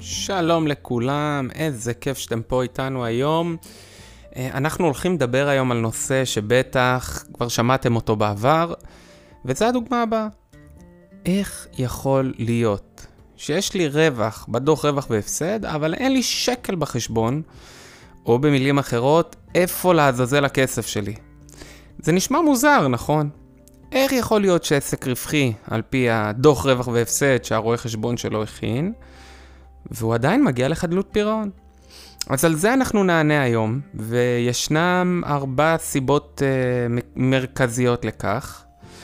שלום לכולם, איזה כיף שאתם פה איתנו היום. אנחנו הולכים לדבר היום על נושא שבטח כבר שמעתם אותו בעבר, וזה הדוגמה הבאה. איך יכול להיות שיש לי רווח, בדוח רווח והפסד, אבל אין לי שקל בחשבון, או במילים אחרות, איפה לעזאזל הכסף שלי? זה נשמע מוזר, נכון? איך יכול להיות שעסק רווחי, על פי הדוח רווח והפסד שהרואה חשבון שלו הכין, והוא עדיין מגיע לחדלות פירעון? אז על זה אנחנו נענה היום, וישנם 4 סיבות מרכזיות לכך.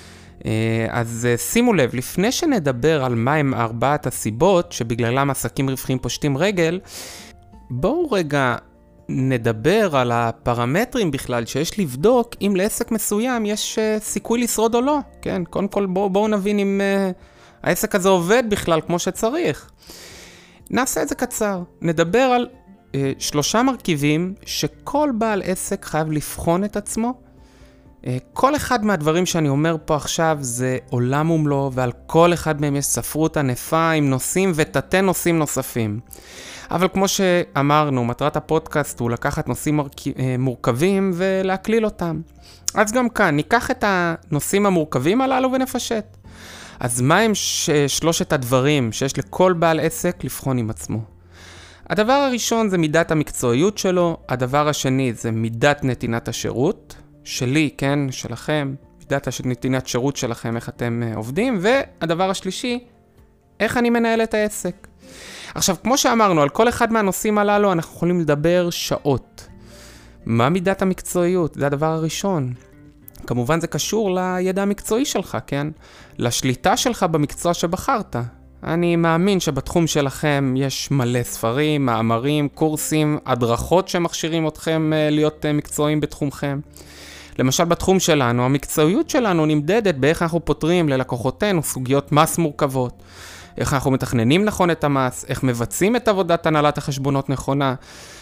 אז שימו לב, לפני שנדבר על מה הם 4 הסיבות שבגללם עסקים רווחיים פושטים רגל, בואו רגע נדבר על הפרמטרים בכלל שיש לבדוק אם לעסק מסוים יש סיכוי לשרוד או לא. כן, קודם כל בואו נבין אם העסק הזה עובד בכלל כמו שצריך. נעשה את זה קצר. נדבר על 3 מרכיבים שכל בעל עסק חייב לבחון את עצמו. כל אחד מהדברים שאני אומר פה עכשיו זה עולם ומלואו, ועל כל אחד מהם יש ספרות ענפה עם נושאים ותתי נושאים נוספים. אבל כמו שאמרנו, מטרת הפודקאסט הוא לקחת נושאים מורכבים ולהקליל אותם. אז גם כאן, ניקח את הנושאים המורכבים הללו ונפשט. אז מה הם 3 הדברים שיש לכל בעל עסק לבחון עם עצמו? הדבר הראשון זה מידת המקצועיות שלו, הדבר השני זה מידת נתינת השירות, שלי, כן, שלכם, מידת נתינת שירות שלכם, איך אתם עובדים, והדבר השלישי, איך אני מנהל את העסק. עכשיו, כמו שאמרנו, על כל אחד מהנושאים הללו אנחנו יכולים לדבר שעות. מה מידת המקצועיות? זה הדבר הראשון. כמובן זה קשור לידע המקצועי שלך, כן? לשליטה שלך במקצוע שבחרת. אני מאמין שבתחום שלכם יש מלא ספרים, מאמרים, קורסים, הדרכות שמכשירים אתכם להיות מקצועיים בתחומכם. למשל בתחום שלנו, המקצועיות שלנו נמדדת באיך אנחנו פותרים ללקוחותינו סוגיות מס מורכבות. איך אנחנו מתכננים נכון את המס, איך מבצעים את עבודת הנהלת החשבונות נכונה,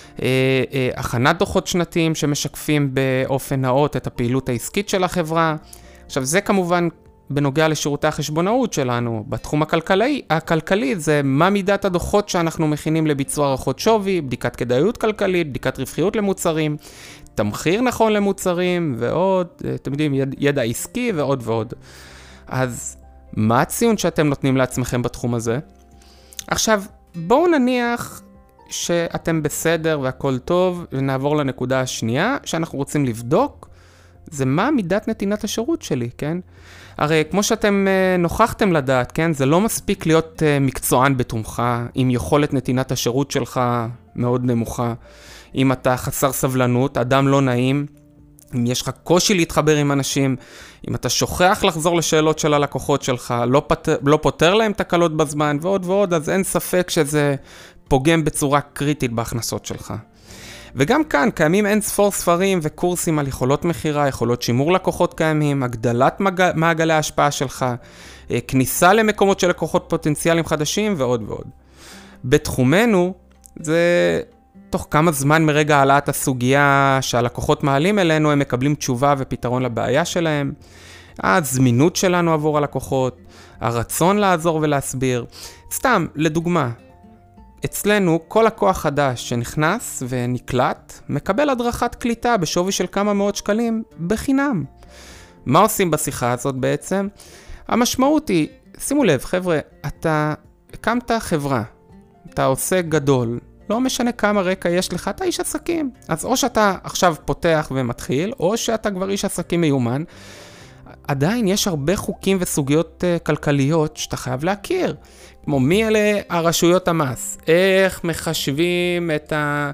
הכנת דוחות שנתיים שמשקפים באופן נאות את הפעילות העסקית של החברה. עכשיו זה כמובן בנוגע לשירותי החשבונאות שלנו. בתחום הכלכלי זה מה מידת הדוחות שאנחנו מכינים לביצוע הערכות שווי, בדיקת כדאיות כלכלית, בדיקת רווחיות למוצרים, תמחיר נכון למוצרים ועוד, אתם יודעים, ידע עסקי ועוד ועוד. אז מה הציון שאתם נותנים לעצמכם בתחום הזה? עכשיו, בואו נניח שאתם בסדר והכל טוב, ונעבור לנקודה השנייה שאנחנו רוצים לבדוק, זה מה מידת נתינת השירות שלי, כן? הרי כמו שאתם נוכחתם לדעת, כן? זה לא מספיק להיות מקצוען בתחומך, עם יכולת נתינת השירות שלך מאוד נמוכה. אם אתה חסר סבלנות, אדם לא נעים, אם יש לך קושי להתחבר עם אנשים, אם אתה שוכח לחזור לשאלות של הלקוחות שלך, לא פותר להם תקלות בזמן ועוד ועוד, אז אין ספק שזה פוגם בצורה קריטית בהכנסות שלך. וגם כאן קיימים אין ספור ספרים וקורסים על יכולות מחירה, יכולות שימור לקוחות קיימים, הגדלת מעגלי ההשפעה שלך, כניסה למקומות של לקוחות פוטנציאליים חדשים ועוד ועוד. בתחומנו זה תוך כמה זמן מרגע העלאת הסוגיה שהלקוחות מעלים אלינו, הם מקבלים תשובה ופתרון לבעיה שלהם. הזמינות שלנו עבור הלקוחות, הרצון לעזור ולהסביר. סתם, לדוגמה, אצלנו כל לקוח חדש שנכנס ונקלט, מקבל הדרכת קליטה בשווי של כמה מאות שקלים בחינם. מה עושים בשיחה הזאת בעצם? המשמעות היא, שימו לב חבר'ה, אתה הקמת חברה, אתה עוסק גדול, לא משנה כמה רקע יש לך, אתה איש עסקים. אז או שאתה עכשיו פותח ומתחיל, או שאתה כבר איש עסקים מיומן, עדיין יש הרבה חוקים וסוגיות כלכליות שאתה חייב להכיר. כמו מי אלה הרשויות המס, איך מחשבים את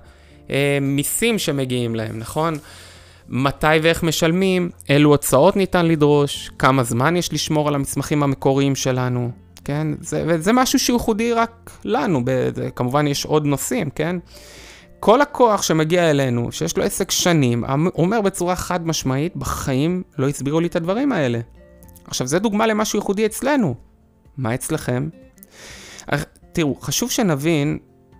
המיסים שמגיעים להם, נכון? מתי ואיך משלמים, אילו הוצאות ניתן לדרוש, כמה זמן יש לשמור על המסמכים המקוריים שלנו, כן? וזה משהו שהוא ייחודי רק לנו, כמובן יש עוד נושאים, כן? כל הכוח שמגיע אלינו, שיש לו עסק שנים, אומר בצורה חד משמעית, בחיים לא הסבירו לי את הדברים האלה. עכשיו, זה דוגמה למשהו ייחודי אצלנו. מה אצלכם? תראו, חשוב שנבין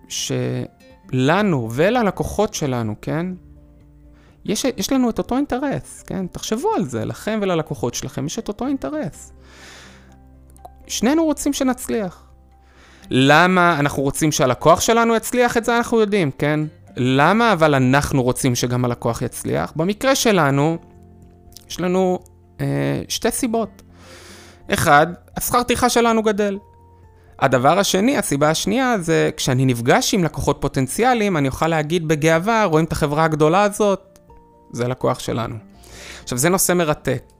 שלנו וללקוחות שלנו, כן? יש לנו את אותו אינטרס, כן? תחשבו על זה, לכם וללקוחות שלכם יש את אותו אינטרס. שנינו רוצים שנצליח. למה אנחנו רוצים שהלקוח שלנו יצליח? את זה אנחנו יודעים, כן? למה אבל אנחנו רוצים שגם הלקוח יצליח? במקרה שלנו, יש לנו שתי סיבות. אחד, השכר טרחה שלנו גדל. הדבר השני, הסיבה השנייה, זה כשאני נפגש עם לקוחות פוטנציאליים, אני אוכל להגיד בגאווה, רואים את החברה הגדולה הזאת, זה לקוח שלנו. עכשיו, זה נושא מרתק.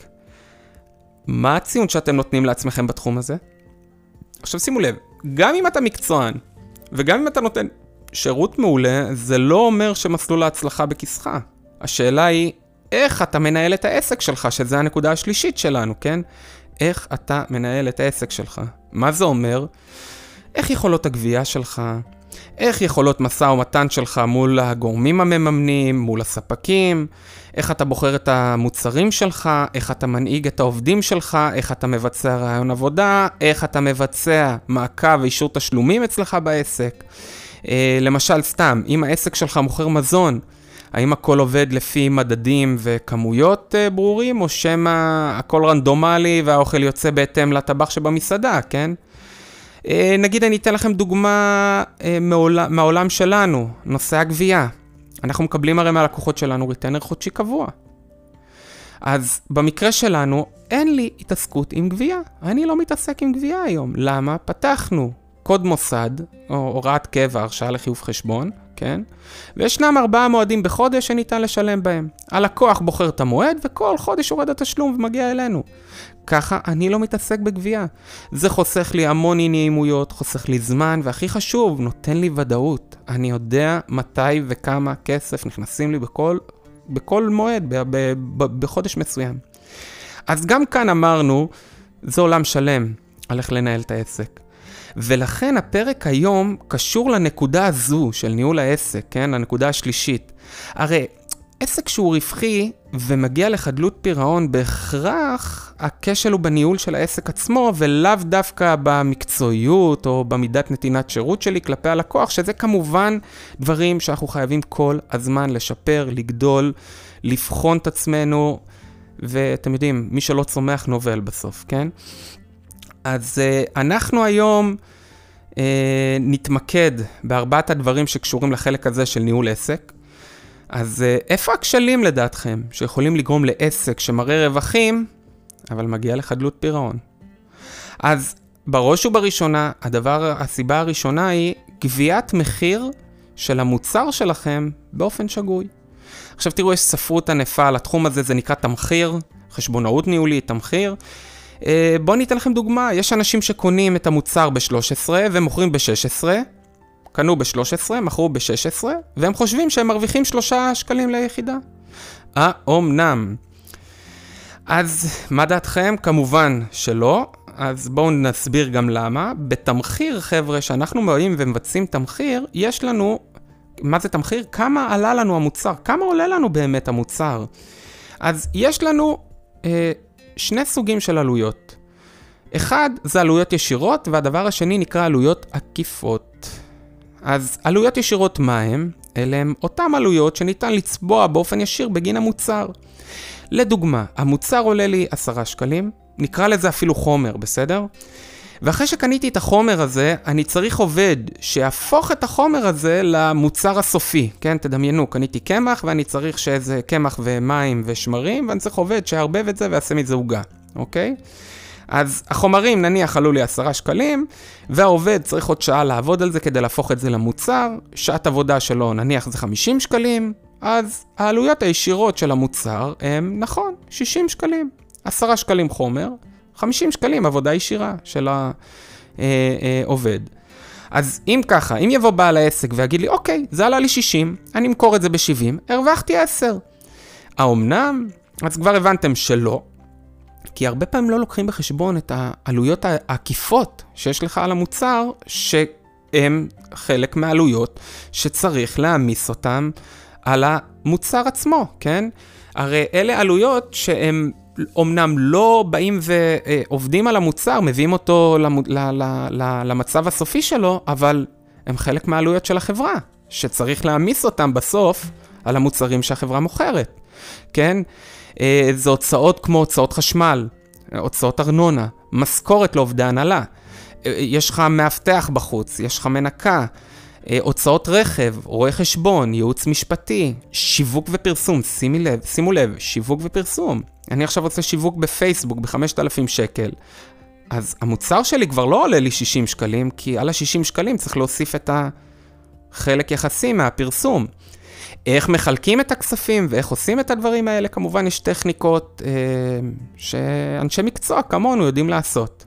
מה הציון שאתם נותנים לעצמכם בתחום הזה? עכשיו, שימו לב, גם אם אתה מקצוען, וגם אם אתה נותן שירות מעולה, זה לא אומר שמסלול ההצלחה בכיסך. השאלה היא, איך אתה מנהל את העסק שלך, שזה הנקודה השלישית שלנו, כן? איך אתה מנהל את העסק שלך? מה זה אומר? איך יכולות הגבייה שלך? איך יכולות משא ומתן שלך מול הגורמים המממנים, מול הספקים? איך אתה בוחר את המוצרים שלך? איך אתה מנהיג את העובדים שלך? איך אתה מבצע רעיון עבודה? איך אתה מבצע מעקב ואישור תשלומים אצלך בעסק? למשל, סתם, אם העסק שלך מוכר מזון, האם הכל עובד לפי מדדים וכמויות ברורים, או שמה הכל רנדומלי והאוכל יוצא בהתאם לטבח שבמסעדה, כן? נגיד אני אתן לכם דוגמה מהעולם שלנו, נושא הגבייה. אנחנו מקבלים הרי מהלקוחות שלנו ריטנר חודשי קבוע. אז במקרה שלנו אין לי התעסקות עם גבייה. אני לא מתעסק עם גבייה היום. למה? פתחנו קוד מוסד, או הוראת קבע, הרשאה לחיוב חשבון, כן? וישנם 4 מועדים בחודש שניתן לשלם בהם. הלקוח בוחר את המועד, וכל חודש יורד התשלום ומגיע אלינו. ככה אני לא מתעסק בגבייה. זה חוסך לי המון אי-נעימויות, חוסך לי זמן, והכי חשוב, נותן לי ודאות. אני יודע מתי וכמה כסף נכנסים לי בכל מועד, בחודש מסוים. אז גם כאן אמרנו, זה עולם שלם על איך לנהל את העסק. ולכן הפרק היום קשור לנקודה הזו של ניהול העסק, כן? לנקודה השלישית. הרי עסק שהוא רווחי ומגיע לחדלות פירעון, בהכרח הכשל הוא בניהול של העסק עצמו, ולאו דווקא במקצועיות או במידת נתינת שירות שלי כלפי הלקוח, שזה כמובן דברים שאנחנו חייבים כל הזמן לשפר, לגדול, לבחון את עצמנו, ואתם יודעים, מי שלא צומח נובל בסוף, כן? אז אנחנו היום נתמקד בארבעת הדברים שקשורים לחלק הזה של ניהול עסק. אז איפה הכשלים לדעתכם שיכולים לגרום לעסק שמראה רווחים, אבל מגיע לחדלות פירעון? אז בראש ובראשונה, הסיבה הראשונה היא גביית מחיר של המוצר שלכם באופן שגוי. עכשיו תראו, יש ספרות ענפה על התחום הזה, זה נקרא תמחיר, חשבונאות ניהולית, תמחיר. בואו ניתן לכם דוגמה, יש אנשים שקונים את המוצר ב-13 ומוכרים ב-16, קנו ב-13, מכרו ב-16, והם חושבים שהם מרוויחים 3 שקלים ליחידה. אומנם. אז מה דעתכם? כמובן שלא, אז בואו נסביר גם למה. בתמחיר, חבר'ה, שאנחנו באים ומבצעים תמחיר, יש לנו, מה זה תמחיר? כמה עלה לנו המוצר? כמה עולה לנו באמת המוצר? אז יש לנו 2 סוגים של עלויות. אחד זה עלויות ישירות, והדבר השני נקרא עלויות עקיפות. אז עלויות ישירות מה הם? אלה הם אותם עלויות שניתן לצבוע באופן ישיר בגין המוצר. לדוגמה, המוצר עולה לי 10 שקלים, נקרא לזה אפילו חומר, בסדר? ואחרי שקניתי את החומר הזה, אני צריך עובד שיהפוך את החומר הזה למוצר הסופי, כן? תדמיינו, קניתי קמח ואני צריך שזה קמח ומים ושמרים, ואני צריך עובד שיערבב את זה ויעשה מזה עוגה, אוקיי? אז החומרים נניח עלו לי 10 שקלים, והעובד צריך עוד שעה לעבוד על זה כדי להפוך את זה למוצר, שעת עבודה שלו נניח זה 50 שקלים, אז העלויות הישירות של המוצר הם נכון, 60 שקלים, 10 שקלים חומר, 50 שקלים עבודה ישירה של העובד. אז אם ככה, אם יבוא בעל העסק ויגיד לי, אוקיי, זה עלה לי 60, אני אמכור את זה ב-70, הרווחתי 10. האומנם? אז כבר הבנתם שלא, כי הרבה פעמים לא לוקחים בחשבון את העלויות העקיפות שיש לך על המוצר, שהם חלק מהעלויות שצריך להעמיס אותם על המוצר עצמו, כן? הרי אלה עלויות שהם אומנם לא באים ועובדים על המוצר, מביאים אותו למצב הסופי שלו, אבל הם חלק מהעלויות של החברה, שצריך להעמיס אותם בסוף על המוצרים שהחברה מוכרת, כן? זה הוצאות כמו הוצאות חשמל, הוצאות ארנונה, משכורת לעובדי הנהלה, יש לך מאבטח בחוץ, יש לך מנקה, הוצאות רכב, רואה חשבון, ייעוץ משפטי, שיווק ופרסום, שימו לב, שיווק ופרסום. אני עכשיו עושה שיווק בפייסבוק ב5,000 שקל. אז המוצר שלי כבר לא עולה לי 60 שקלים, כי על ה-60 שקלים צריך להוסיף את החלק יחסי מהפרסום. איך מחלקים את הכספים ואיך עושים את הדברים האלה, כמובן יש טכניקות שאנשי מקצוע כמונו יודעים לעשות.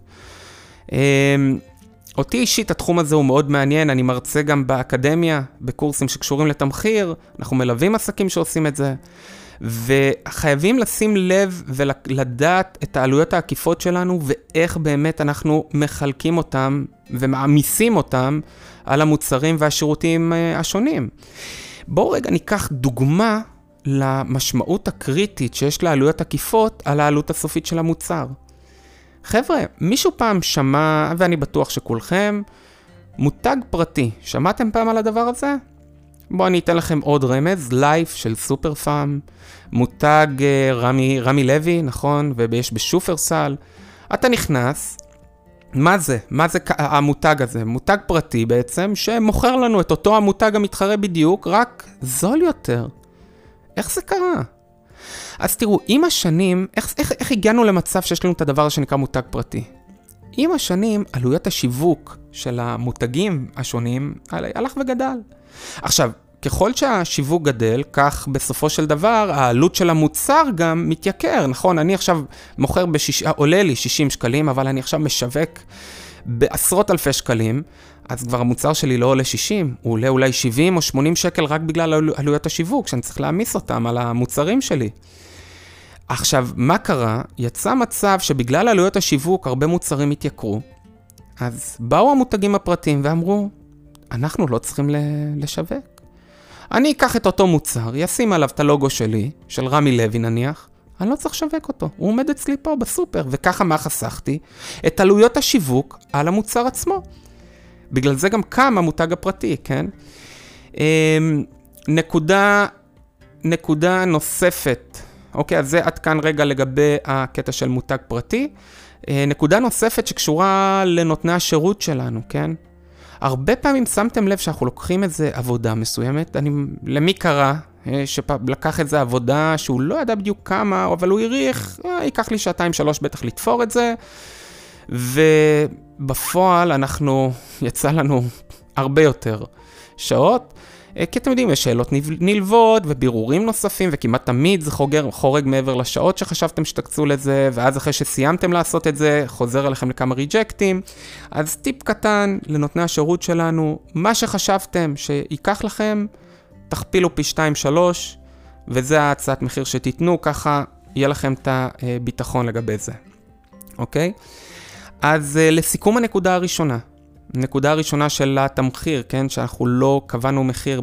אותי אישית התחום הזה הוא מאוד מעניין, אני מרצה גם באקדמיה, בקורסים שקשורים לתמחיר, אנחנו מלווים עסקים שעושים את זה, וחייבים לשים לב ולדעת את העלויות העקיפות שלנו, ואיך באמת אנחנו מחלקים אותם ומעמיסים אותם על המוצרים והשירותים השונים. בואו רגע ניקח דוגמה למשמעות הקריטית שיש לעלויות עקיפות על העלות הסופית של המוצר. חבר'ה, מישהו פעם שמע, ואני בטוח שכולכם, מותג פרטי. שמעתם פעם על הדבר הזה? בואו אני אתן לכם עוד רמז, לייף של סופר פארם, מותג רמי לוי, נכון? ויש בשופרסל. אתה נכנס, מה זה המותג הזה? מותג פרטי בעצם, שמוכר לנו את אותו המותג המתחרה בדיוק, רק זול יותר. איך זה קרה? אז תראו, עם השנים, איך הגענו למצב שיש לנו את הדבר שנקרא מותג פרטי? עם השנים, עלויות השיווק של המותגים השונים הלך וגדל. עכשיו, ככל שהשיווק גדל, כך בסופו של דבר, העלות של המוצר גם מתייקר, נכון? אני עכשיו מוכר עולה לי 60 שקלים, אבל אני עכשיו משווק בעשרות אלפי שקלים, אז כבר המוצר שלי לא עולה 60, הוא עולה אולי 70 או 80 שקל רק בגלל עלויות השיווק, שאני צריך להעמיס אותם על המוצרים שלי. עכשיו, מה קרה? יצא מצב שבגלל עלויות השיווק הרבה מוצרים התייקרו, אז באו המותגים הפרטיים ואמרו, אנחנו לא צריכים לשווק. אני אקח את אותו מוצר, ישים עליו את הלוגו שלי, של רמי לוי נניח, אני לא צריך לשווק אותו, הוא עומד אצלי פה בסופר, וככה מה חסכתי? את עלויות השיווק על המוצר עצמו. בגלל זה גם קם המותג הפרטי, כן? נקודה נוספת, אוקיי, אז זה עד כאן רגע לגבי הקטע של מותג פרטי. נקודה נוספת שקשורה לנותני השירות שלנו, כן? הרבה פעמים שמתם לב שאנחנו לוקחים איזה עבודה מסוימת, למי קרה שלקח איזה עבודה שהוא לא ידע בדיוק כמה, אבל הוא העריך, ייקח לי 2-3 בטח לתפור את זה, ובפועל יצא לנו הרבה יותר שעות, כי אתם יודעים, יש שאלות נלוות ובירורים נוספים, וכמעט תמיד זה חורג מעבר לשעות שחשבתם שתקצו לזה, ואז אחרי שסיימתם לעשות את זה, חוזר אליכם לכמה ריג'קטים. אז טיפ קטן לנותני השירות שלנו, מה שחשבתם שיקח לכם, תכפילו פי 2-3, וזה ההצעת מחיר שתיתנו, ככה יהיה לכם את הביטחון לגבי זה. אוקיי? אז לסיכום הנקודה הראשונה, נקודה הראשונה של התמחיר, כן, שאנחנו לא קבענו מחיר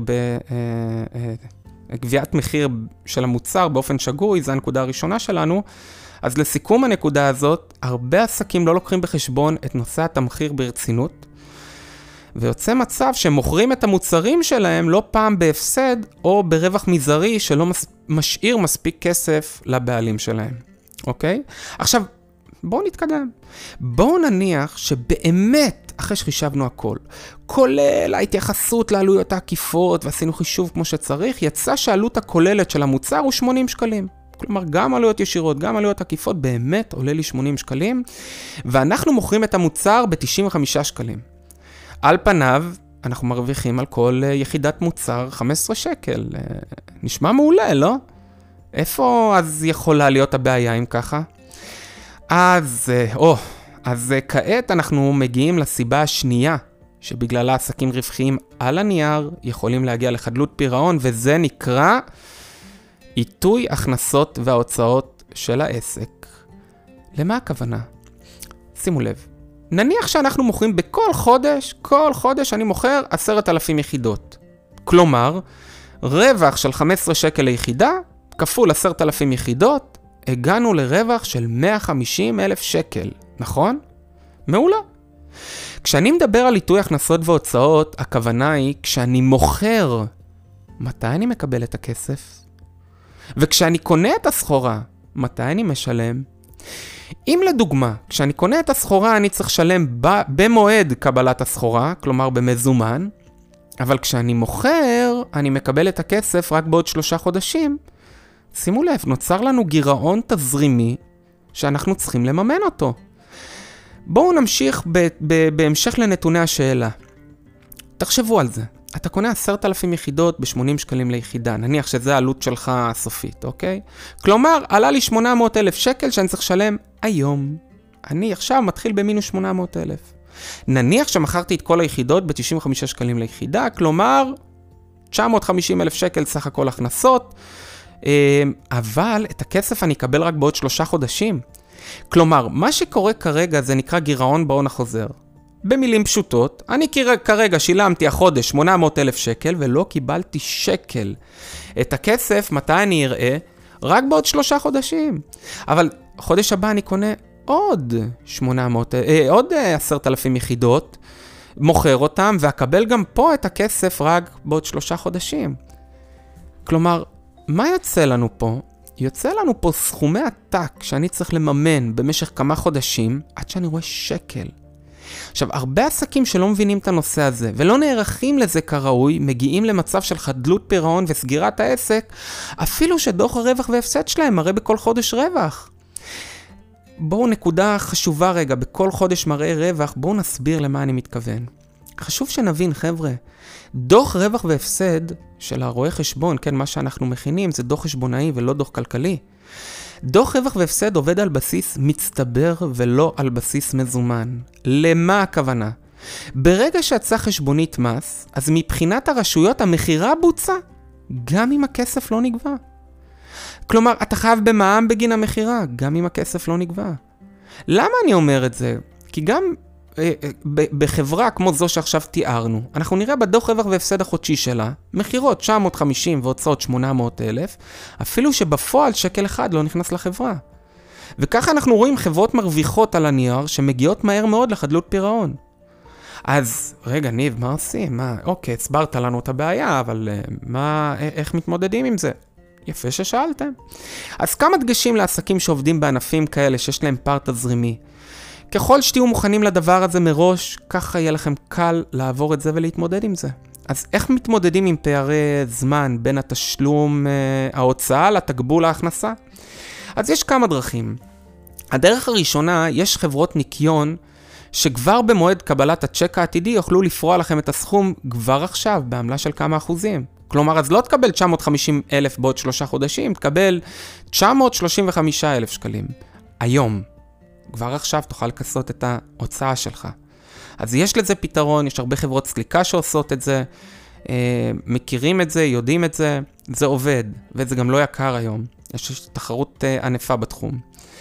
גביית מחיר של המוצר באופן שגוי, זו הנקודה הראשונה שלנו. אז לסיכום הנקודה הזאת, הרבה עסקים לא לוקחים בחשבון את נושא התמחיר ברצינות, ויוצא מצב שמוכרים את המוצרים שלהם לא פעם בהפסד או ברווח מזערי שלא משאיר מספיק כסף לבעלים שלהם. אוקיי? עכשיו, בואו נתקדם. בואו נניח שבאמת, אחרי שחישבנו הכל, כולל ההתייחסות לעלויות העקיפות ועשינו חישוב כמו שצריך, יצא שהעלות הכוללת של המוצר הוא 80 שקלים. כלומר, גם עלויות ישירות, גם עלויות עקיפות, באמת עולה לי 80 שקלים, ואנחנו מוכרים את המוצר ב-95 שקלים. על פניו, אנחנו מרוויחים על כל יחידת מוצר 15 שקל. נשמע מעולה, לא? איפה אז יכולה להיות הבעיה אם ככה? אז כעת אנחנו מגיעים לסיבה השנייה, שבגללה עסקים רווחיים על הנייר יכולים להגיע לחדלות פירעון, וזה נקרא עיתוי הכנסות וההוצאות של העסק. למה הכוונה? שימו לב, נניח שאנחנו מוכרים כל חודש אני מוכר 10,000 יחידות. כלומר, רווח של 15 שקל ליחידה, כפול 10,000 יחידות, הגענו לרווח של 150,000 שקל, נכון? מעולה. כשאני מדבר על עיתוי הכנסות והוצאות, הכוונה היא כשאני מוכר, מתי אני מקבל את הכסף? וכשאני קונה את הסחורה, מתי אני משלם? אם לדוגמה, כשאני קונה את הסחורה, אני צריך לשלם במועד קבלת הסחורה, כלומר במזומן, אבל כשאני מוכר, אני מקבל את הכסף רק בעוד 3 חודשים. שימו לב, נוצר לנו גירעון תזרימי שאנחנו צריכים לממן אותו. בואו נמשיך בהמשך לנתוני השאלה. תחשבו על זה. אתה קונה 10,000 יחידות ב-80 שקלים ליחידה. נניח שזה העלות שלך הסופית, אוקיי? כלומר, עלה לי 800,000 שקל שאני צריך לשלם היום. אני עכשיו מתחיל במינוס 800,000. נניח שמכרתי את כל היחידות ב-95 שקלים ליחידה, כלומר, 950,000 שקל סך הכל הכנסות, אבל את הכסף אני אקבל רק בעוד 3 חודשים. כלומר, מה שקורה כרגע זה נקרא גירעון בהון החוזר. במילים פשוטות, אני כרגע שילמתי החודש 800,000 שקל ולא קיבלתי שקל. את הכסף, מתי אני אראה? רק בעוד 3 חודשים. אבל חודש הבא אני קונה עוד 10,000 יחידות, מוכר אותם ואקבל גם פה את הכסף רק בעוד 3 חודשים. כלומר, מה יוצא לנו פה? יוצא לנו פה סכומי עתק שאני צריך לממן במשך כמה חודשים עד שאני רואה שקל. עכשיו, הרבה עסקים שלא מבינים את הנושא הזה ולא נערכים לזה כראוי, מגיעים למצב של חדלות פירעון וסגירת העסק, אפילו שדוח הרווח והפסד שלהם מראה בכל חודש רווח. בואו נקודה חשובה רגע, בכל חודש מראה רווח, בואו נסביר למה אני מתכוון. חשוב שנבין, חבר'ה, דוח רווח והפסד של הרואה חשבון, כן, מה שאנחנו מכינים, זה דוח חשבונאי ולא דוח כלכלי. דוח רווח והפסד עובד על בסיס מצטבר ולא על בסיס מזומן. למה הכוונה? ברגע שיצא חשבונית מס, אז מבחינת הרשויות המחירה בוצע, גם אם הכסף לא נגבה. כלומר, אתה חייב במע"מ בגין המחירה, גם אם הכסף לא נגבה. למה אני אומר את זה? כי גם בחברה כמו זו שעכשיו תיארנו, אנחנו נראה בדוח רווח והפסד החודשי שלה, מחירות 950 והוצאות 800,000, אפילו שבפועל שקל אחד לא נכנס לחברה. וככה אנחנו רואים חברות מרוויחות על הנייר שמגיעות מהר מאוד לחדלות פירעון. אז רגע ניב, מה עושים? אוקיי, הסברת לנו את הבעיה, אבל איך מתמודדים עם זה? יפה ששאלתם. אז כמה דגשים לעסקים שעובדים בענפים כאלה שיש להם פער תזרימי. ככל שתהיו מוכנים לדבר הזה מראש, ככה יהיה לכם קל לעבור את זה ולהתמודד עם זה. אז איך מתמודדים עם פערי זמן בין התשלום, ההוצאה לתקבול ההכנסה? אז יש כמה דרכים. הדרך הראשונה, יש חברות ניקיון שכבר במועד קבלת הצ'ק העתידי יוכלו לפרוע לכם את הסכום כבר עכשיו בעמלה של כמה אחוזים. כלומר, אז לא תקבל 950,000 בעוד 3 חודשים, תקבל 935,000 שקלים. היום. כבר עכשיו תוכל לכסות את ההוצאה שלך. אז יש לזה פתרון, יש הרבה חברות סליקה שעושות את זה, מכירים את זה, יודעים את זה, זה עובד, וזה גם לא יקר היום. יש תחרות ענפה בתחום.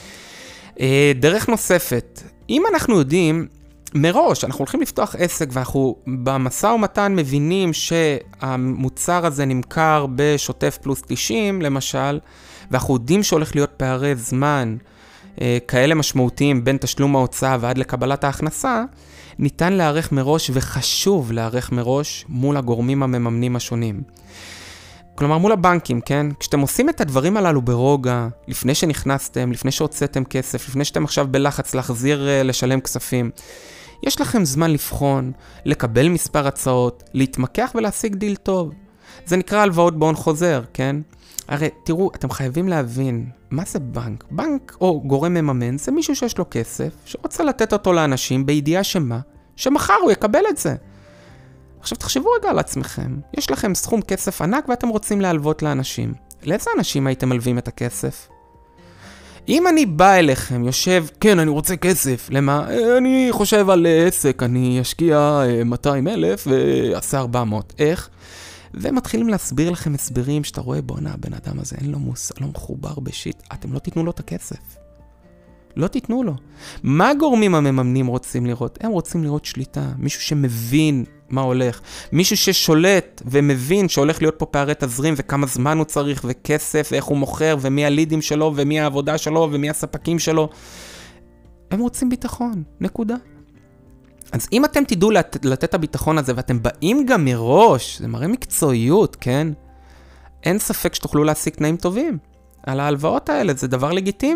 דרך נוספת, אם אנחנו יודעים, מראש, אנחנו הולכים לפתוח עסק ואנחנו במשא ומתן מבינים שהמוצר הזה נמכר בשוטף פלוס 90, למשל, ואנחנו יודעים שהולך להיות פערי זמן כאלה משמעותיים בין תשלום ההוצאה ועד לקבלת ההכנסה, ניתן להערך מראש וחשוב להערך מראש מול הגורמים המממנים השונים. כלומר מול הבנקים, כן? כשאתם עושים את הדברים הללו ברוגע, לפני שנכנסתם, לפני שהוצאתם כסף, לפני שאתם עכשיו בלחץ להחזיר, לשלם כספים, יש לכם זמן לבחון, לקבל מספר הצעות, להתמקח ולהשיג דיל טוב. זה נקרא הלוואות בהון חוזר, כן? הרי תראו, אתם חייבים להבין, מה זה בנק? בנק או גורם מממן זה מישהו שיש לו כסף, שרוצה לתת אותו לאנשים בידיעה שמה? שמחר הוא יקבל את זה. עכשיו תחשבו רגע על עצמכם, יש לכם סכום כסף ענק ואתם רוצים להלוות לאנשים. לאיזה אנשים הייתם מלווים את הכסף? אם אני בא אליכם, יושב, כן, אני רוצה כסף, למה? אני חושב על עסק, אני אשקיע 200,000 ועשה 400. איך? ומתחילים להסביר לכם הסברים שאתה רואה, בונה, הבן אדם הזה אין לו מושג, לא מחובר בשיט, אתם לא תיתנו לו את הכסף. לא תיתנו לו. מה גורמים המממנים רוצים לראות? הם רוצים לראות שליטה, מישהו שמבין מה הולך, מישהו ששולט ומבין שהולך להיות פה פערי תזרים וכמה זמן הוא צריך וכסף ואיך הוא מוכר ומי הלידים שלו ומי העבודה שלו ומי הספקים שלו. הם רוצים ביטחון, נקודה. אז אם אתם תדעו לתת את הביטחון הזה ואתם באים גם מראש, זה מראה מקצועיות, כן? אין ספק שתוכלו להשיג תנאים טובים על ההלוואות האלה, זה דבר לגיטימי.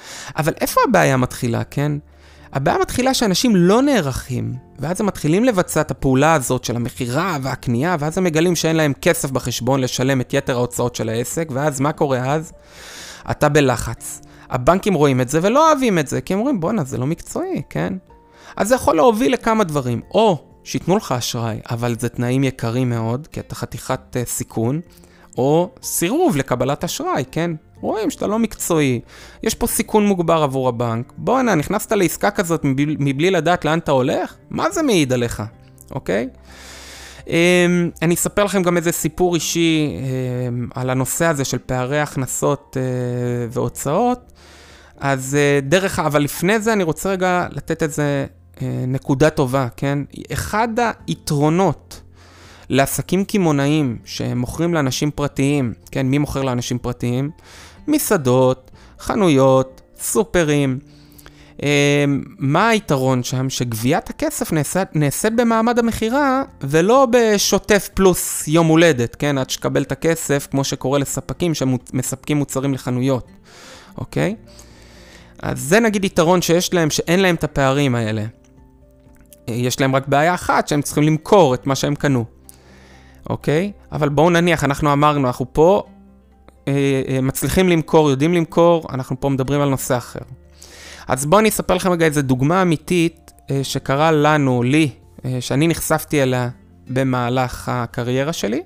אבל איפה הבעיה מתחילה, כן? הבעיה מתחילה שאנשים לא נערכים, ואז הם מתחילים לבצע את הפעולה הזאת של המחירה והקנייה, ואז הם מגלים שאין להם כסף בחשבון לשלם את יתר ההוצאות של העסק, ואז מה קורה אז? אתה בלחץ. הבנקים רואים את זה ולא אוהבים את זה, כי הם אומרים, בוא'נה, זה לא מקצועי, כן? אז זה יכול להוביל לכמה דברים, או שיתנו לך אשראי, אבל זה תנאים יקרים מאוד, כי אתה חתיכת סיכון, או סירוב לקבלת אשראי, כן? רואים שאתה לא מקצועי, יש פה סיכון מוגבר עבור הבנק, בוא'נה, נכנסת לעסקה כזאת מבלי לדעת לאן אתה הולך? מה זה מעיד עליך? אוקיי? אני אספר לכם גם איזה סיפור אישי על הנושא הזה של פערי הכנסות והוצאות, אז אבל לפני זה אני רוצה רגע לתת איזה נקודה טובה, כן? אחד היתרונות לעסקים קימונאים שמוכרים לאנשים פרטיים, כן? מי מוכר לאנשים פרטיים? מסעדות, חנויות, סופרים. מה היתרון שם? שגביית הכסף נעשית במעמד המחירה, ולא בשוטף פלוס יום הולדת, כן? עד שקבל את הכסף, כמו שקורה לספקים שמספקים מוצרים לחנויות, אוקיי? אז זה נגיד יתרון שיש להם, שאין להם את הפערים האלה. יש להם רק בעיה אחת, שהם צריכים למכור את מה שהם קנו. אוקיי? אבל בואו נניח, אנחנו אמרנו, אנחנו פה מצליחים למכור, יודעים למכור, אנחנו פה מדברים על נושא אחר. אז בואו אני אספר לכם רגע איזו דוגמה אמיתית שקרה לנו, לי, שאני נחשפתי אליה במהלך הקריירה שלי.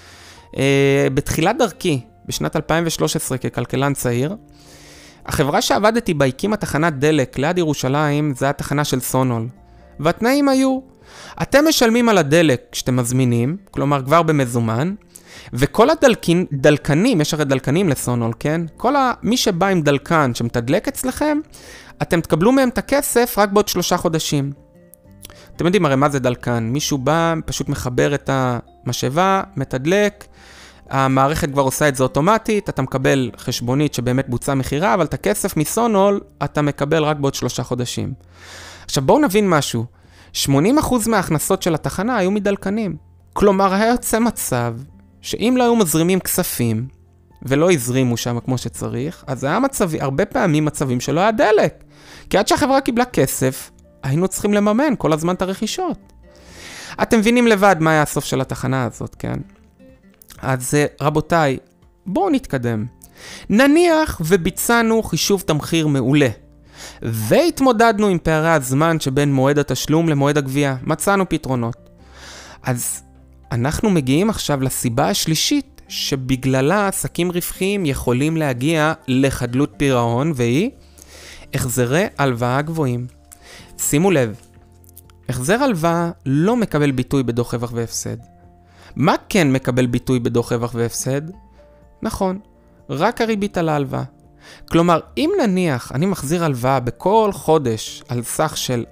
בתחילת דרכי, בשנת 2013 ככלכלן צעיר, החברה שעבדתי בה הקימה תחנת דלק ליד ירושלים, זה התחנה של סונול. והתנאים היו, אתם משלמים על הדלק כשאתם מזמינים, כלומר כבר במזומן, וכל הדלקנים, יש הרי דלקנים לסונול, כן? מי שבא עם דלקן שמתדלק אצלכם, אתם תקבלו מהם את הכסף רק בעוד 3 חודשים. אתם יודעים הרי מה זה דלקן? מישהו בא, פשוט מחבר את המשאבה, מתדלק, המערכת כבר עושה את זה אוטומטית, אתה מקבל חשבונית שבאמת בוצעה מחירה, אבל את הכסף מסונול אתה מקבל רק בעוד 3 חודשים. עכשיו בואו נבין משהו, 80% מההכנסות של התחנה היו מדלקנים. כלומר, היה יוצא מצב שאם לא היו מזרימים כספים, ולא הזרימו שם כמו שצריך, אז היה הרבה פעמים מצבים שלא היה דלק. כי עד שהחברה קיבלה כסף, היינו צריכים לממן כל הזמן את הרכישות. אתם מבינים לבד מה היה הסוף של התחנה הזאת, כן? אז רבותיי, בואו נתקדם. נניח וביצענו חישוב תמחיר מעולה. והתמודדנו עם פערי הזמן שבין מועד התשלום למועד הגבייה. מצאנו פתרונות. אז אנחנו מגיעים עכשיו לסיבה השלישית, שבגללה עסקים רווחיים יכולים להגיע לחדלות פירעון, והיא החזרי הלוואה גבוהים. שימו לב, החזר הלוואה לא מקבל ביטוי בדוח רווח והפסד. מה כן מקבל ביטוי בדוח רווח והפסד? נכון, רק הריבית על ההלוואה. כלומר, אם נניח אני מחזיר הלוואה בכל חודש על סך של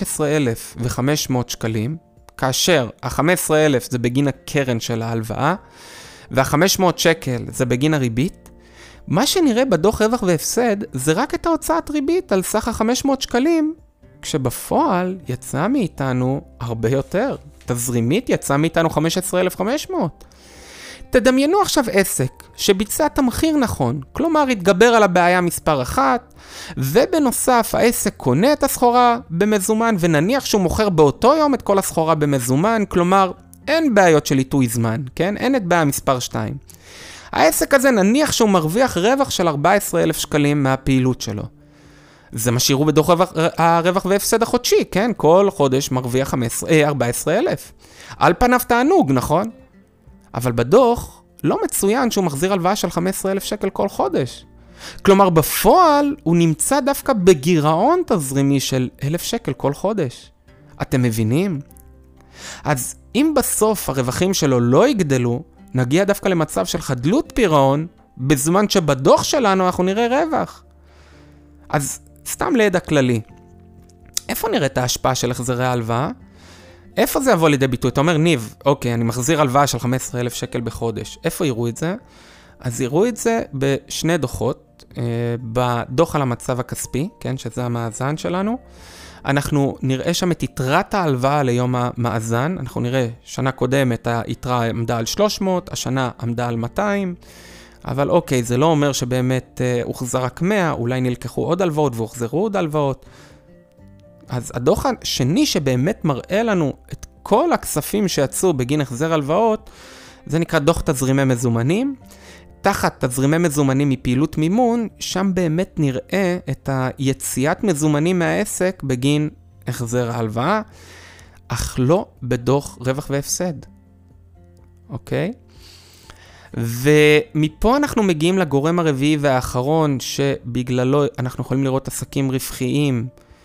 15,500 שקלים, כאשר ה-15,000 זה בגין הקרן של ההלוואה, וה-500 שקל זה בגין הריבית, מה שנראה בדוח רווח והפסד זה רק את ההוצאת ריבית על סך ה-500 שקלים, כשבפועל יצא מאיתנו הרבה יותר. תזרימית יצא מאיתנו 15,500. תדמיינו עכשיו עסק שביצע תמחיר נכון, כלומר התגבר על הבעיה מספר 1, ובנוסף העסק קונה את הסחורה במזומן, ונניח שהוא מוכר באותו יום את כל הסחורה במזומן, כלומר אין בעיות של עיתוי זמן, כן? אין את בעיה מספר 2. העסק הזה נניח שהוא מרוויח רווח של 14,000 שקלים מהפעילות שלו. זה מה שיראו בדוח הרווח והפסד החודשי, כן? כל חודש מרוויח 14,000. על פניו תענוג, נכון? אבל בדוח לא מצוין שהוא מחזיר הלוואה של 15,000 שקל כל חודש. כלומר, בפועל הוא נמצא דווקא בגירעון תזרימי של 1,000 שקל כל חודש. אתם מבינים? אז אם בסוף הרווחים שלו לא יגדלו, נגיע דווקא למצב של חדלות פירעון, בזמן שבדוח שלנו אנחנו נראה רווח. אז סתם לידע כללי, איפה נראה את ההשפעה של החזרי ההלוואה? איפה זה יבוא לידי ביטוי? אתה אומר, ניב, אוקיי, אני מחזיר הלוואה של 15,000 שקל בחודש. איפה יראו את זה? אז יראו את זה בשני דוחות. בדוח על המצב הכספי, כן, שזה המאזן שלנו. אנחנו נראה שם את יתרת ההלוואה ליום המאזן. אנחנו נראה, שנה קודמת היתרה עמדה על 300, השנה עמדה על 200. אבל אוקיי, זה לא אומר שבאמת הוחזר רק 100, אולי נלקחו עוד הלוואות והוחזרו עוד הלוואות. אז הדוח השני שבאמת מראה לנו את כל הכספים שיצאו בגין החזר הלוואות, זה נקרא דוח תזרימי מזומנים. תחת תזרימי מזומנים מפעילות מימון, שם באמת נראה את היציאת מזומנים מהעסק בגין החזר ההלוואה, אך לא בדוח רווח והפסד. אוקיי? ומפה אנחנו מגיעים לגורם הרביעי והאחרון, שבגללו אנחנו יכולים לראות עסקים רווחיים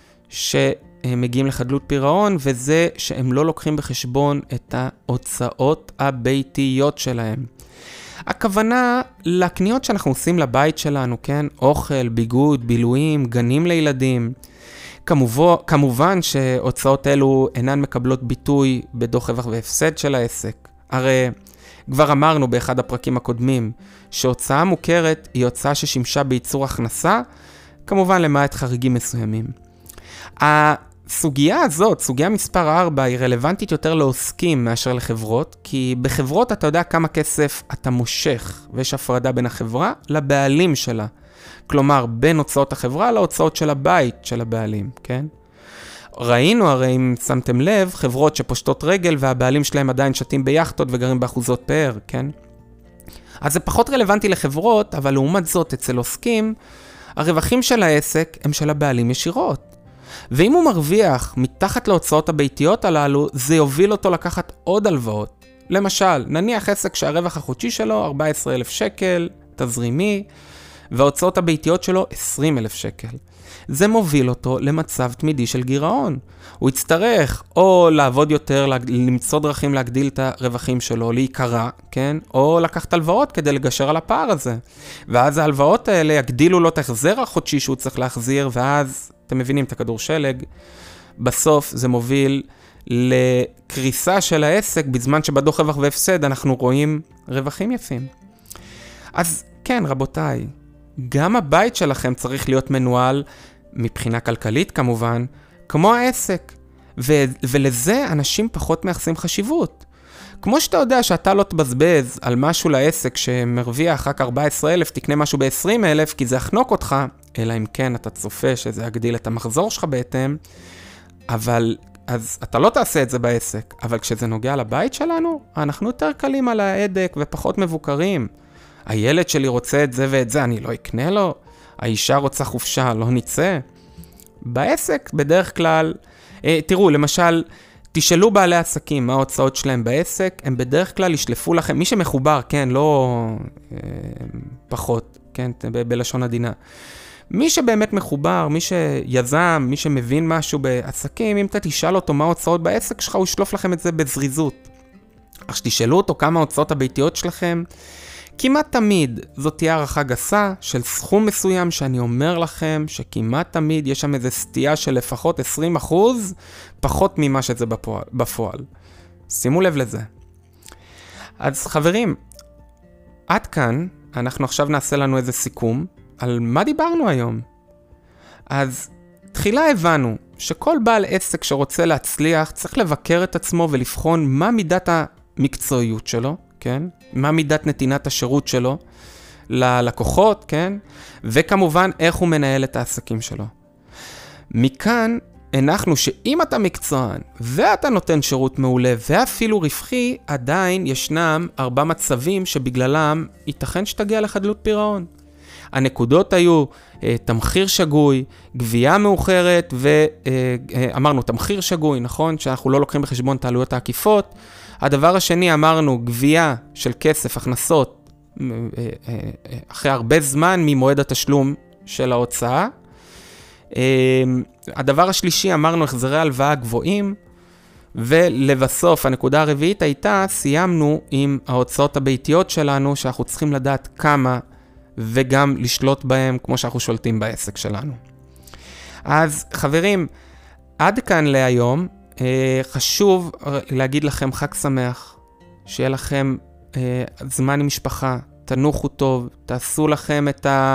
שמגיעים לחדלות פירעון, וזה שהם לא לוקחים בחשבון את ההוצאות הביתיות שלהם. הכוונה לקניות שאנחנו עושים לבית שלנו, כן? אוכל, ביגוד, בילויים, גנים לילדים. כמובן שהוצאות אלו אינן מקבלות ביטוי בדוח רווח והפסד של העסק. הרי כבר אמרנו באחד הפרקים הקודמים שהוצאה מוכרת היא הוצאה ששימשה בייצור הכנסה, כמובן למעט חריגים מסוימים. הסוגיה הזאת, סוגיה מספר 4, היא רלוונטית יותר לעוסקים מאשר לחברות, כי בחברות אתה יודע כמה כסף אתה מושך, ויש הפרדה בין החברה לבעלים שלה. כלומר, בין הוצאות החברה להוצאות של הבית של הבעלים, כן? ראינו הרי, אם שמתם לב, חברות שפושטות רגל והבעלים שלהם עדיין שתים ביחטות וגרים באחוזות פאר, כן? אז זה פחות רלוונטי לחברות, אבל לעומת זאת אצל עוסקים, הרווחים של העסק הם של הבעלים ישירות. ואם הוא מרוויח מתחת להוצאות הביתיות הללו, זה יוביל אותו לקחת עוד הלוואות. למשל, נניח עסק שהרווח החודשי שלו 14,000 שקל, תזרימי, וההוצאות הביתיות שלו 20,000 שקל. זה מוביל אותו למצב תמידי של גירעון. הוא יצטרך או לעבוד יותר, למצוא דרכים להגדיל את הרווחים שלו, להיקרא, כן? או לקחת הלוואות כדי לגשר על הפער הזה. ואז ההלוואות האלה יגדילו לו את ההחזר החודשי שהוא צריך להחזיר, ואז אתם מבינים את הכדור שלג. בסוף זה מוביל לקריסה של העסק, בזמן שבדוח רווח והפסד אנחנו רואים רווחים יפים. אז כן, רבותיי, גם הבית שלכם צריך להיות מנוהל, מבחינה כלכלית כמובן, כמו העסק. ולזה אנשים פחות מייחסים חשיבות. כמו שאתה יודע שאתה לא תבזבז על משהו לעסק שמרוויח רק 14,000, תקנה משהו ב-20,000, כי זה יחנוק אותך, אלא אם כן אתה צופה שזה יגדיל את המחזור שלך בהתאם, אבל אז אתה לא תעשה את זה בעסק. אבל כשזה נוגע לבית שלנו, אנחנו יותר קלים על ההדק ופחות מבוקרים. הילד שלי רוצה את זה ואת זה, אני לא אקנה לו. האישה רוצה חופשה, לא נצא. בעסק, בדרך כלל, תראו, למשל, תשאלו בעלי עסקים מה ההוצאות שלהם בעסק, הם בדרך כלל ישלפו לכם, מי שמחובר, כן, לא פחות, כן, בלשון עדינה. מי שבאמת מחובר, מי שיזם, מי שמבין משהו בעסקים, אם אתה תשאל אותו מה ההוצאות בעסק שלך, הוא ישלוף לכם את זה בזריזות. אך שתשאלו אותו כמה ההוצאות הביתיות שלכם, כמעט תמיד זאת תהיה הערכה גסה של סכום מסוים שאני אומר לכם שכמעט תמיד יש שם איזו סטייה של לפחות 20% פחות ממה שזה בפועל. שימו לב לזה. אז חברים, עד כאן אנחנו עכשיו נעשה לנו איזה סיכום על מה דיברנו היום. אז תחילה הבנו שכל בעל עסק שרוצה להצליח צריך לבקר את עצמו ולבחון מה מידת המקצועיות שלו, כן? מה מידת נתינת השירות שלו ללקוחות, כן? וכמובן איך הוא מנהל את העסקים שלו. מכאן הנחנו שאם אתה מקצוען ואתה נותן שירות מעולה ואפילו רווחי, עדיין ישנם 4 מצבים שבגללם ייתכן שתגיע לחדלות פירעון. הנקודות היו תמחיר שגוי, גבייה מאוחרת ואמרנו תמחיר שגוי, נכון? שאנחנו לא לוקחים בחשבון את העלויות העקיפות. הדבר השני אמרנו גבייה של כסף, הכנסות, אחרי הרבה זמן ממועד התשלום של ההוצאה. הדבר השלישי אמרנו החזרי הלוואה גבוהים, ולבסוף הנקודה הרביעית הייתה, סיימנו עם ההוצאות הביתיות שלנו, שאנחנו צריכים לדעת כמה, וגם לשלוט בהם כמו שאנחנו שולטים בעסק שלנו. אז חברים, עד כאן להיום, חשוב להגיד לכם חג שמח, שיהיה לכם זמן עם משפחה, תנוחו טוב, תעשו לכם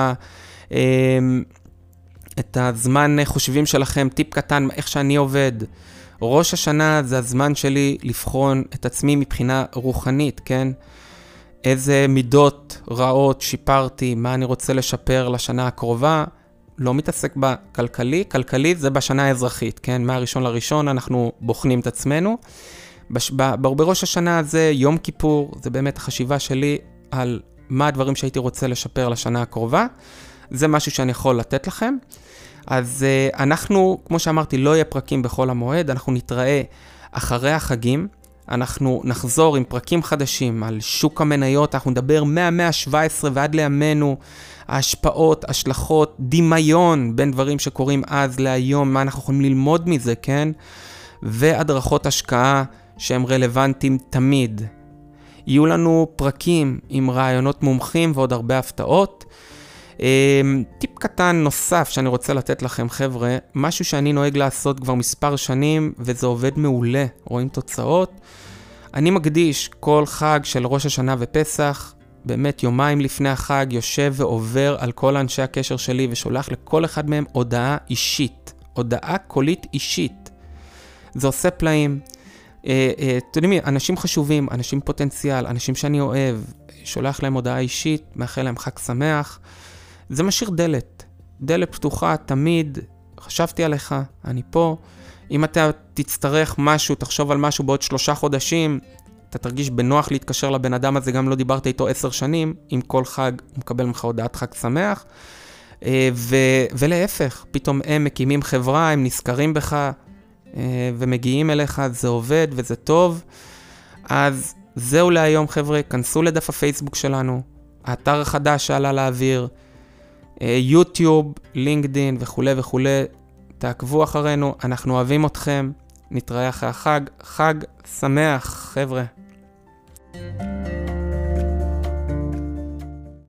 את הזמן חושבים שלכם, טיפ קטן, איך שאני עובד. ראש השנה זה הזמן שלי לבחון את עצמי מבחינה רוחנית, כן? איזה מידות רעות שיפרתי, מה אני רוצה לשפר לשנה הקרובה, לא מתעסק בכלכלי, כלכלי זה בשנה האזרחית, כן? מהראשון לראשון אנחנו בוחנים את עצמנו. בראש השנה הזה, יום כיפור, זה באמת החשיבה שלי על מה הדברים שהייתי רוצה לשפר לשנה הקרובה. זה משהו שאני יכול לתת לכם. אז אנחנו, כמו שאמרתי, לא יהיה פרקים בכל המועד, אנחנו נתראה אחרי החגים, אנחנו נחזור עם פרקים חדשים על שוק המניות, אנחנו נדבר מהמאה ה-17 ועד לימינו, ההשפעות, השלכות, דמיון בין דברים שקורים אז להיום, מה אנחנו יכולים ללמוד מזה, כן? והדרכות השקעה שהם רלוונטיים תמיד. יהיו לנו פרקים עם רעיונות מומחים ועוד הרבה הפתעות. טיפ קטן נוסף שאני רוצה לתת לכם, חבר'ה, משהו שאני נוהג לעשות כבר מספר שנים, וזה עובד מעולה, רואים תוצאות. אני מקדיש כל חג של ראש השנה ופסח, באמת יומיים לפני החג, יושב ועובר על כל אנשי הקשר שלי, ושולח לכל אחד מהם הודעה אישית, הודעה קולית אישית. זה עושה פלאים. אתם יודעים, אנשים חשובים, אנשים פוטנציאל, אנשים שאני אוהב, שולח להם הודעה אישית, מאחל להם חג שמח. זה משאיר דלת פתוחה תמיד, חשבתי עליך, אני פה. אם אתה תצטרך משהו, תחשוב על משהו בעוד 3 חודשים, אתה תרגיש בנוח להתקשר לבן אדם הזה, גם לא דיברת איתו 10 שנים, עם כל חג הוא מקבל ממך הודעת חג שמח. ולהפך, פתאום הם מקימים חברה, הם נזכרים בך, ומגיעים אליך, זה עובד וזה טוב. אז זהו להיום, חבר'ה, כנסו לדף הפייסבוק שלנו, האתר החדש שעלה לאוויר, יוטיוב, לינקדין וכו' וכו'. תעקבו אחרינו, אנחנו אוהבים אתכם, נתראה אחרי החג, חג שמח, חבר'ה.